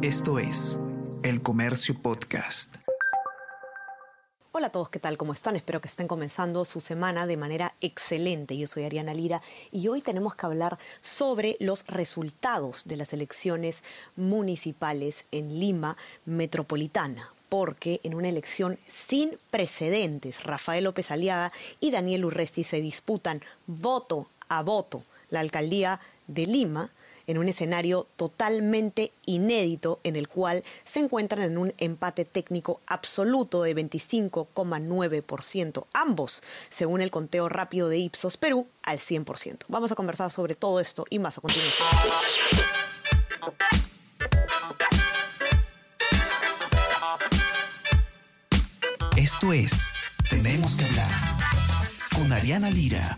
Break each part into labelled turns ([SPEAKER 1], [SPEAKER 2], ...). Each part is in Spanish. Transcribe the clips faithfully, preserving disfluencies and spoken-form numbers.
[SPEAKER 1] Esto es El Comercio Podcast.
[SPEAKER 2] Hola a todos, ¿qué tal? ¿Cómo están? Espero que estén comenzando su semana de manera excelente. Yo soy Ariana Lira y hoy tenemos que hablar sobre los resultados de las elecciones municipales en Lima Metropolitana. Porque en una elección sin precedentes, Rafael López Aliaga y Daniel Urresti se disputan voto a voto la alcaldía de Lima, en un escenario totalmente inédito en el cual se encuentran en un empate técnico absoluto de veinticinco coma nueve por ciento, ambos, según el conteo rápido de Ipsos Perú, al cien por ciento. Vamos a conversar sobre todo esto y más a continuación.
[SPEAKER 1] Esto es Tenemos que hablar con Ariana Lira.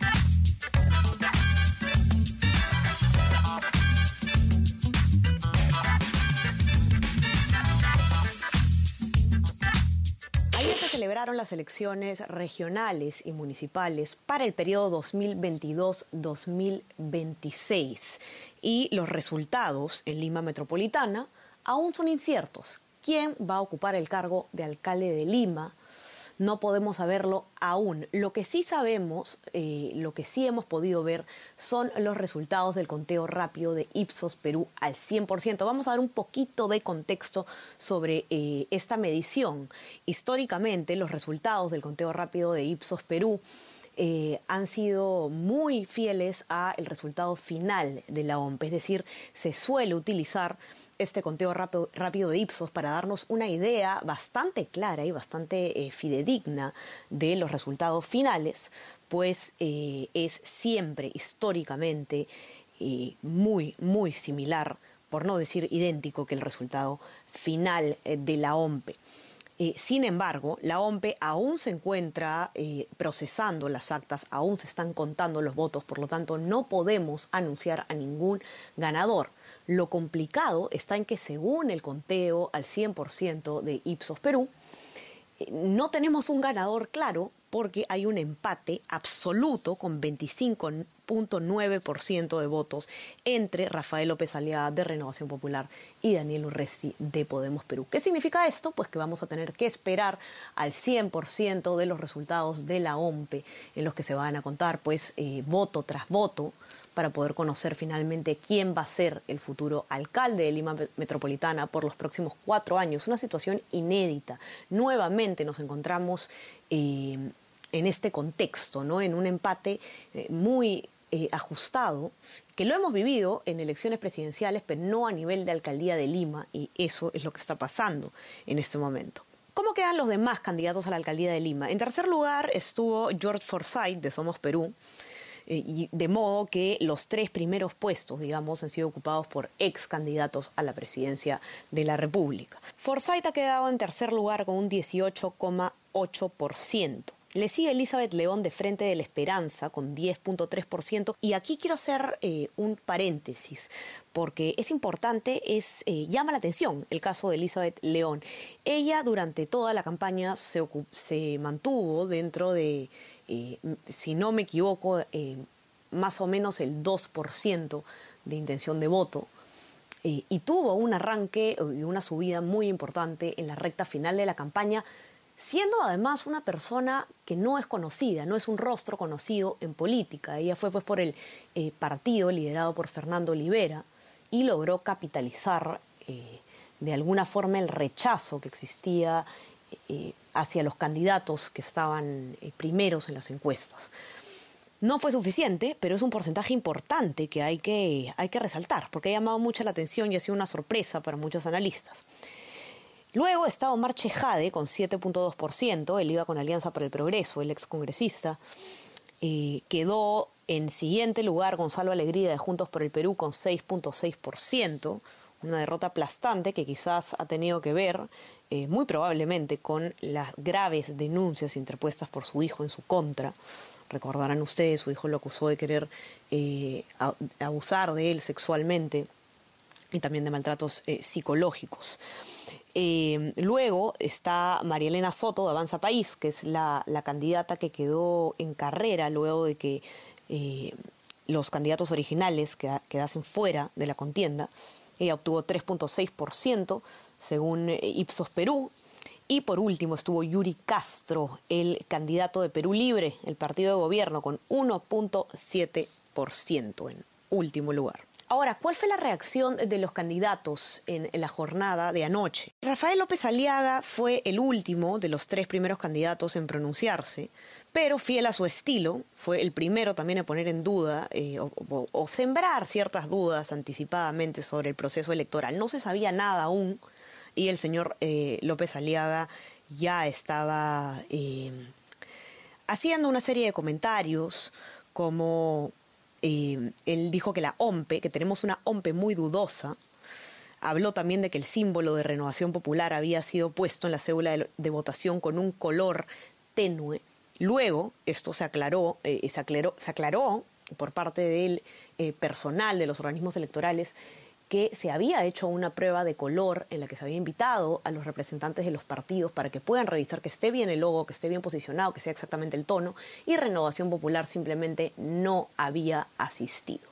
[SPEAKER 2] Celebraron las elecciones regionales y municipales para el periodo dos mil veintidós a dos mil veintiséis y los resultados en Lima Metropolitana aún son inciertos. ¿Quién va a ocupar el cargo de alcalde de Lima? No podemos saberlo aún. Lo que sí sabemos, eh, lo que sí hemos podido ver son los resultados del conteo rápido de Ipsos Perú al cien por ciento. Vamos a dar un poquito de contexto sobre eh, esta medición. Históricamente, los resultados del conteo rápido de Ipsos Perú Eh, han sido muy fieles al resultado final de la O M P, es decir, se suele utilizar este conteo rápido, rápido de Ipsos para darnos una idea bastante clara y bastante eh, fidedigna de los resultados finales, pues eh, es siempre históricamente eh, muy, muy similar, por no decir idéntico, que el resultado final eh, de la O M P. Eh, sin embargo, la O M P aún se encuentra eh, procesando las actas, aún se están contando los votos, por lo tanto no podemos anunciar a ningún ganador. Lo complicado está en que según el conteo al cien por ciento de Ipsos Perú, eh, no tenemos un ganador claro porque hay un empate absoluto con veinticinco punto nueve por ciento de votos entre Rafael López Aliaga de Renovación Popular y Daniel Urresti de Podemos Perú. ¿Qué significa esto? Pues que vamos a tener que esperar al cien por ciento de los resultados de la O M P en los que se van a contar pues eh, voto tras voto para poder conocer finalmente quién va a ser el futuro alcalde de Lima Metropolitana por los próximos cuatro años. Una situación inédita. Nuevamente nos encontramos eh, en este contexto, ¿no? En un empate eh, muy eh, ajustado, que lo hemos vivido en elecciones presidenciales, pero no a nivel de alcaldía de Lima, y eso es lo que está pasando en este momento. ¿Cómo quedan los demás candidatos a la alcaldía de Lima? En tercer lugar estuvo George Forsyth de Somos Perú, eh, y de modo que los tres primeros puestos, digamos, han sido ocupados por ex candidatos a la presidencia de la República. Forsyth ha quedado en tercer lugar con un dieciocho coma ocho por ciento. Le sigue Elizabeth León de Frente de la Esperanza con diez punto tres por ciento. Y aquí quiero hacer eh, un paréntesis, porque es importante, es, eh, llama la atención el caso de Elizabeth León. Ella durante toda la campaña se, se mantuvo dentro de, eh, si no me equivoco, eh, más o menos el dos por ciento de intención de voto. Eh, y tuvo un arranque y una subida muy importante en la recta final de la campaña, siendo además una persona que no es conocida, no es un rostro conocido en política. Ella fue pues por el eh, partido liderado por Fernando Olivera y logró capitalizar eh, de alguna forma el rechazo que existía eh, hacia los candidatos que estaban eh, primeros en las encuestas. No fue suficiente, pero es un porcentaje importante que hay que, hay que resaltar, porque ha llamado mucho la atención y ha sido una sorpresa para muchos analistas. Luego está Omar Chejade con siete punto dos por ciento, él iba con Alianza para el Progreso, el excongresista. Eh, quedó en siguiente lugar Gonzalo Alegría de Juntos por el Perú con seis punto seis por ciento, una derrota aplastante que quizás ha tenido que ver, eh, muy probablemente, con las graves denuncias interpuestas por su hijo en su contra. Recordarán ustedes, su hijo lo acusó de querer eh, abusar de él sexualmente y también de maltratos eh, psicológicos. Eh, luego está María Elena Soto de Avanza País, que es la, la candidata que quedó en carrera luego de que eh, los candidatos originales quedasen fuera de la contienda. Ella obtuvo tres punto seis por ciento, según Ipsos Perú. Y por último estuvo Yuri Castro, el candidato de Perú Libre, el partido de gobierno, con uno punto siete por ciento en último lugar. Ahora, ¿cuál fue la reacción de los candidatos en, en la jornada de anoche? Rafael López Aliaga fue el último de los tres primeros candidatos en pronunciarse, pero fiel a su estilo, fue el primero también a poner en duda eh, o, o, o sembrar ciertas dudas anticipadamente sobre el proceso electoral. No se sabía nada aún y el señor eh, López Aliaga ya estaba eh, haciendo una serie de comentarios como... Eh, él dijo que la O M P E, que tenemos una O M P E muy dudosa, habló también de que el símbolo de Renovación Popular había sido puesto en la cédula de, de votación con un color tenue. Luego, esto se aclaró, eh, se aclaró, se aclaró por parte del eh, personal de los organismos electorales que se había hecho una prueba de color en la que se había invitado a los representantes de los partidos para que puedan revisar que esté bien el logo, que esté bien posicionado, que sea exactamente el tono, y Renovación Popular simplemente no había asistido.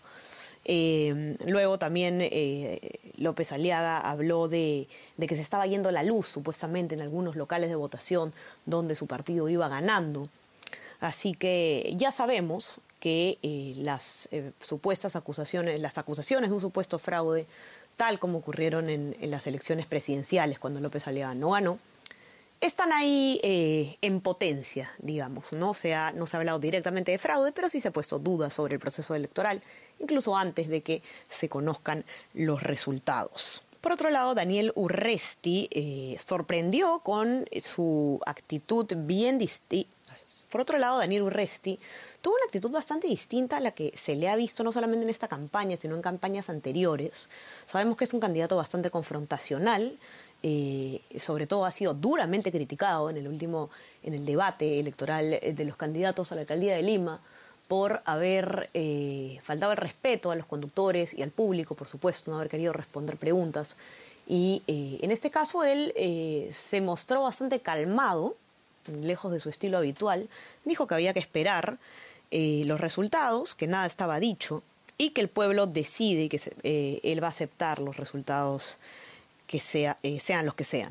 [SPEAKER 2] Eh, luego también eh, López Aliaga habló de, de que se estaba yendo la luz supuestamente en algunos locales de votación donde su partido iba ganando. Así que ya sabemos que eh, las eh, supuestas acusaciones, las acusaciones de un supuesto fraude, tal como ocurrieron en, en las elecciones presidenciales cuando López Aliaga no ganó, están ahí eh, en potencia, digamos. No se, ha, no se ha hablado directamente de fraude, pero sí se ha puesto dudas sobre el proceso electoral, incluso antes de que se conozcan los resultados. Por otro lado, Daniel Urresti eh, sorprendió con su actitud bien distinta. Por otro lado, Daniel Urresti tuvo una actitud bastante distinta a la que se le ha visto no solamente en esta campaña, sino en campañas anteriores. Sabemos que es un candidato bastante confrontacional, eh, sobre todo ha sido duramente criticado en el último, en el debate electoral de los candidatos a la alcaldía de Lima por haber eh, faltado el respeto a los conductores y al público, por supuesto, no haber querido responder preguntas. Y eh, en este caso él eh, se mostró bastante calmado, lejos de su estilo habitual, dijo que había que esperar eh, los resultados, que nada estaba dicho y que el pueblo decide y que se, eh, él va a aceptar los resultados que sea, eh, sean los que sean.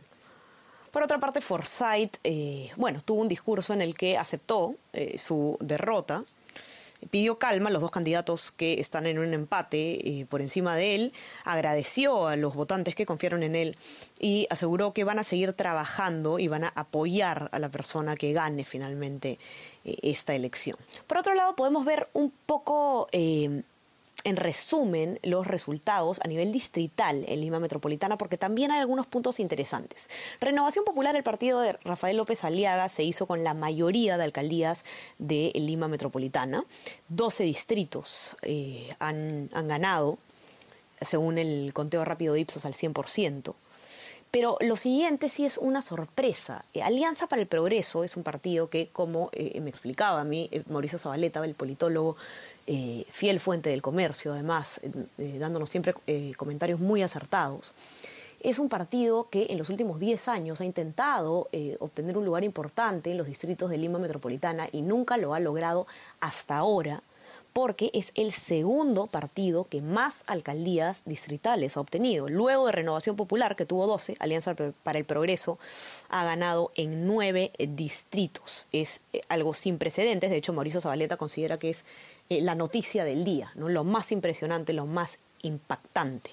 [SPEAKER 2] Por otra parte, Forsyth, eh, bueno, tuvo un discurso en el que aceptó eh, su derrota, pidió calma a los dos candidatos que están en un empate eh, por encima de él, agradeció a los votantes que confiaron en él y aseguró que van a seguir trabajando y van a apoyar a la persona que gane finalmente eh, esta elección. Por otro lado, podemos ver un poco eh, en resumen los resultados a nivel distrital en Lima Metropolitana, porque también hay algunos puntos interesantes. Renovación Popular, el partido de Rafael López Aliaga, se hizo con la mayoría de alcaldías de Lima Metropolitana. doce distritos eh, han, han ganado, según el conteo rápido de Ipsos, al cien por ciento. Pero lo siguiente sí es una sorpresa. Eh, Alianza para el Progreso es un partido que, como eh, me explicaba a mí, eh, Mauricio Zabaleta, el politólogo, Eh, fiel fuente del comercio, además, eh, dándonos siempre eh, comentarios muy acertados. Es un partido que en los últimos diez años ha intentado eh, obtener un lugar importante en los distritos de Lima Metropolitana y nunca lo ha logrado hasta ahora, porque es el segundo partido que más alcaldías distritales ha obtenido. Luego de Renovación Popular, que tuvo doce, Alianza para el Progreso ha ganado en nueve distritos. Es eh, algo sin precedentes. De hecho, Mauricio Zabaleta considera que es eh, la noticia del día, ¿no? Lo más impresionante, lo más impactante.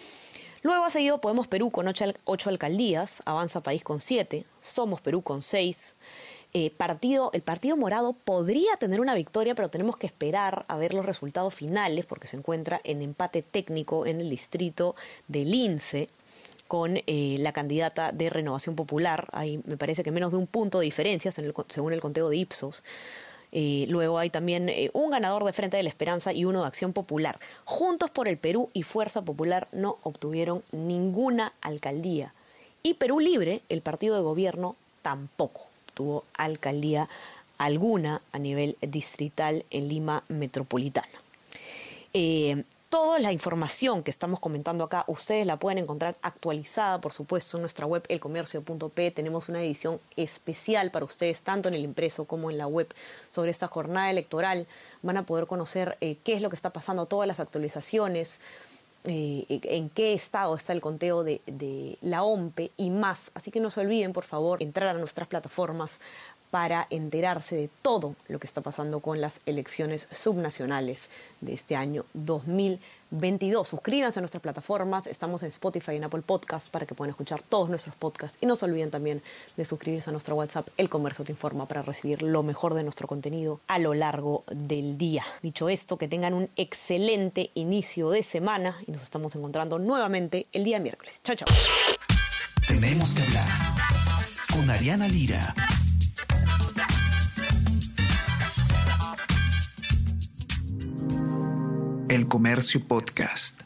[SPEAKER 2] Luego ha seguido Podemos Perú con ocho, ocho alcaldías, Avanza País con siete, Somos Perú con seis. Eh, partido, el Partido Morado podría tener una victoria, pero tenemos que esperar a ver los resultados finales porque se encuentra en empate técnico en el distrito de Lince con eh, la candidata de Renovación Popular. Hay, me parece que menos de un punto de diferencias en el, según el conteo de Ipsos. Eh, luego hay también eh, un ganador de Frente de la Esperanza y uno de Acción Popular. Juntos por el Perú y Fuerza Popular no obtuvieron ninguna alcaldía. Y Perú Libre, el partido de gobierno, tampoco tuvo alcaldía alguna a nivel distrital en Lima Metropolitana. Eh, toda la información que estamos comentando acá, ustedes la pueden encontrar actualizada, por supuesto, en nuestra web el comercio punto pe. Tenemos una edición especial para ustedes, tanto en el impreso como en la web, sobre esta jornada electoral. Van a poder conocer eh, qué es lo que está pasando, todas las actualizaciones, eh, en qué estado está el conteo de, de la O M P E y más. Así que no se olviden, por favor, entrar a nuestras plataformas para enterarse de todo lo que está pasando con las elecciones subnacionales de este año dos mil veintidós. Suscríbanse a nuestras plataformas, estamos en Spotify y en Apple Podcasts para que puedan escuchar todos nuestros podcasts y no se olviden también de suscribirse a nuestro WhatsApp El Comercio Te Informa para recibir lo mejor de nuestro contenido a lo largo del día. Dicho esto, que tengan un excelente inicio de semana y nos estamos encontrando nuevamente el día miércoles. Chao, chao.
[SPEAKER 1] Tenemos que hablar con Ariana Lira. El Comercio Podcast.